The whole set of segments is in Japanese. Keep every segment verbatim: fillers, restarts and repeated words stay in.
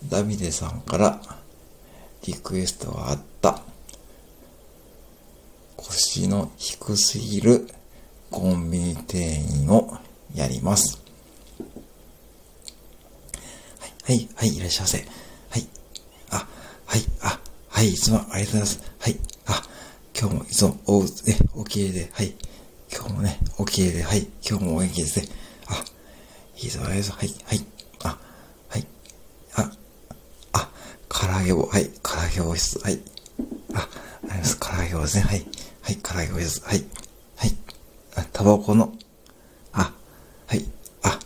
ダビデさんからリクエストがあった腰の低すぎるコンビニ店員をやります。はい、はい、はい、いらっしゃいませ。はい、あ、はい、あ、はい、いつもありがとうございます。はい、あ、今日もいつもおう、ね、おきれいで、はい、今日もね、おきれいで、はい、今日もお元気ですね。あ、いいぞ、ありがとう、はい、はい、あ、はい、あ、あ、唐揚げを、はい、唐揚げを一つ、はい、あ、あります、唐揚げをですね、はい、はい、唐揚げを一つ、はい、はい、あ、タバコの、あ、はい、あ、はい、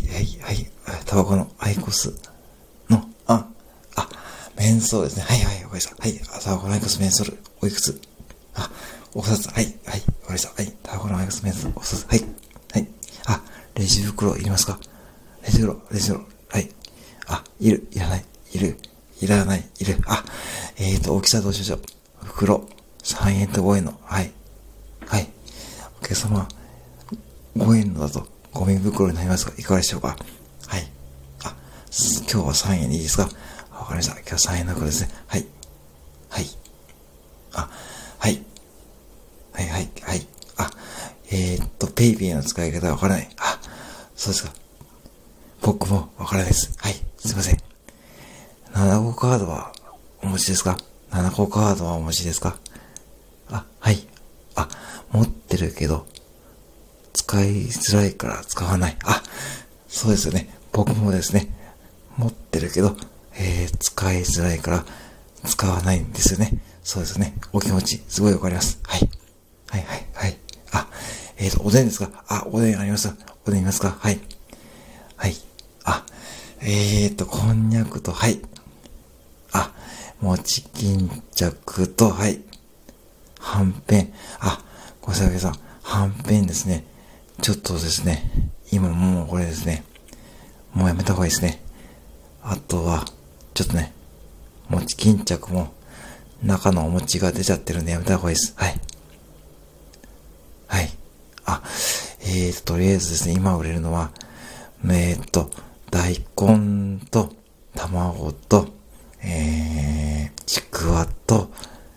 はい、はい、タバコのアイコスの、あ、あ、メンソールですね。はい、はい、わかりました。はい、タバコのアイコスメンソール、おいくつ、あ、お二つ、はい、はい、わかりました。はい、タバコのアイコスメンソール、お二つ、はい、はい、あ、レジ袋いりますか？レジ袋、レジ袋、はい、あ、いる、いらない、いる、いらない、いる、あ、えーと、大きさどうしましょう。袋、さんえんとごえんの、はい、はい、お客様、ごえんのだと、ゴミ袋になりますが、いかがでしょうか？はい。あ、今日はさんえんでいいですか？わかりました。今日はさんえんの袋ですね。はい。はい。あ、はい。はい、はい、はい。あ、えー、っと、ペイペイの使い方わからない。あ、そうですか。僕もわからないです。はい。すいません。なな号カードはお持ちですか？ なな 号カードはお持ちですか？あ、はい。あ、持ってるけど、使いづらいから使わない。あ、そうですよね。僕もですね、持ってるけど、えー、使いづらいから使わないんですよね。そうですね。お気持ち、すごいわかります。はい。はい、はい、はい。あ、えーと、おでんですか？あ、おでんあります。おでんいますか？はい。はい。あ、えーと、こんにゃくと、はい。あ、餅巾着と、はい。はんぺん。あ、ごめんなさい、お客さん。はんぺんですね。ちょっとですね、今もうこれですね、もうやめた方がいいですね。あとは、ちょっとね、餅巾着も、中のお餅が出ちゃってるんでやめた方がいいです。はい。はい。あ、えーと、とりあえずですね、今売れるのは、えーと、大根と、卵と、えー、ちくわと、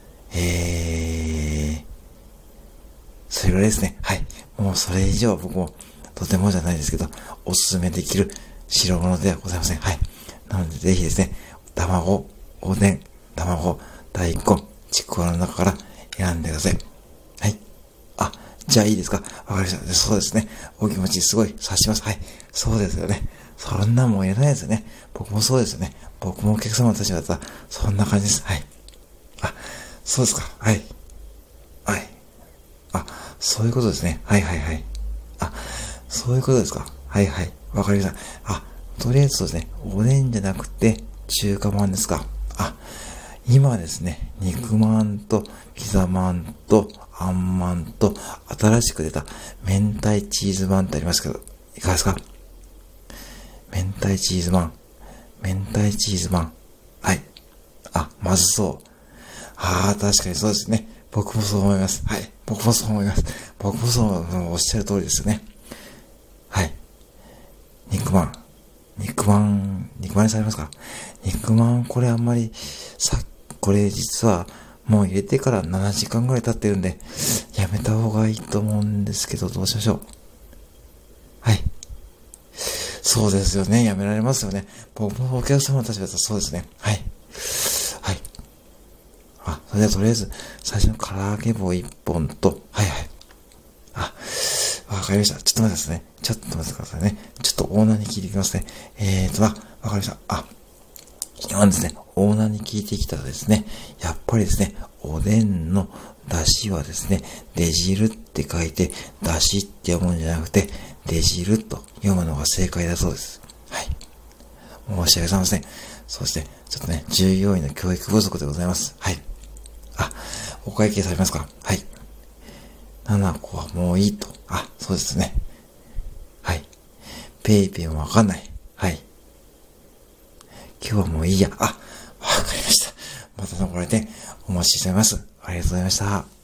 えー、それぐらいですね。はい。もうそれ以上は僕もとてもじゃないですけど、おすすめできる白物ではございません。はい。なのでぜひですね、卵、おでん、卵、大根、ちくわの中から選んでください。はい。あ、じゃあいいですか？わかりました。そうですね。お気持ちすごい察します。はい。そうですよね。そんなもんいらないですよね。僕もそうですよね。僕もお客様たちだったら、そんな感じです。はい。あ、そうですか。はい。はい。あ、そういうことですね。はいはいはい。あ、そういうことですか。はいはい。わかりました。あ、とりあえずそうですね。おでんじゃなくて、中華まんですか。あ、今ですね、肉まんと、ピザまんと、あんまんと、新しく出た、明太チーズまんってありますけど、いかがですか？明太チーズまん。明太チーズまん。はい。あ、まずそう。ああ、確かにそうですね。僕もそう思います。はい。僕もそう思います。僕もそう、おっしゃる通りですよね。はい。肉まん。肉まん、肉まんにされますか？肉まん、これあんまり、さ、これ実は、もう入れてからななじかんぐらい経ってるんで、やめた方がいいと思うんですけど、どうしましょう。はい。そうですよね。やめられますよね。僕もお客様の立場だったらそうですね。はい。はい。あ、それではとりあえず、最初の唐揚げ棒いっぽんと、はいはい。あ、わかりました。ちょっと待ってくださいね。ちょっと待ってくださいね。ちょっとオーナーに聞いてきますね。えーと、あ、わかりました。あ、今ですね、オーナーに聞いてきたらですね、やっぱりですね、おでんの出汁はですね、出汁って書いて、出汁って読むんじゃなくて、出汁と読むのが正解だそうです。はい。申し訳ございません。そして、ちょっとね、従業員の教育不足でございます。はい。あ、お会計されますか？はい。ななこはもういいと。あ、そうですね。はい。ペイペイもわかんない。はい。今日はもういいや。あ、わかりました。また残られてお待ちしております。ありがとうございました。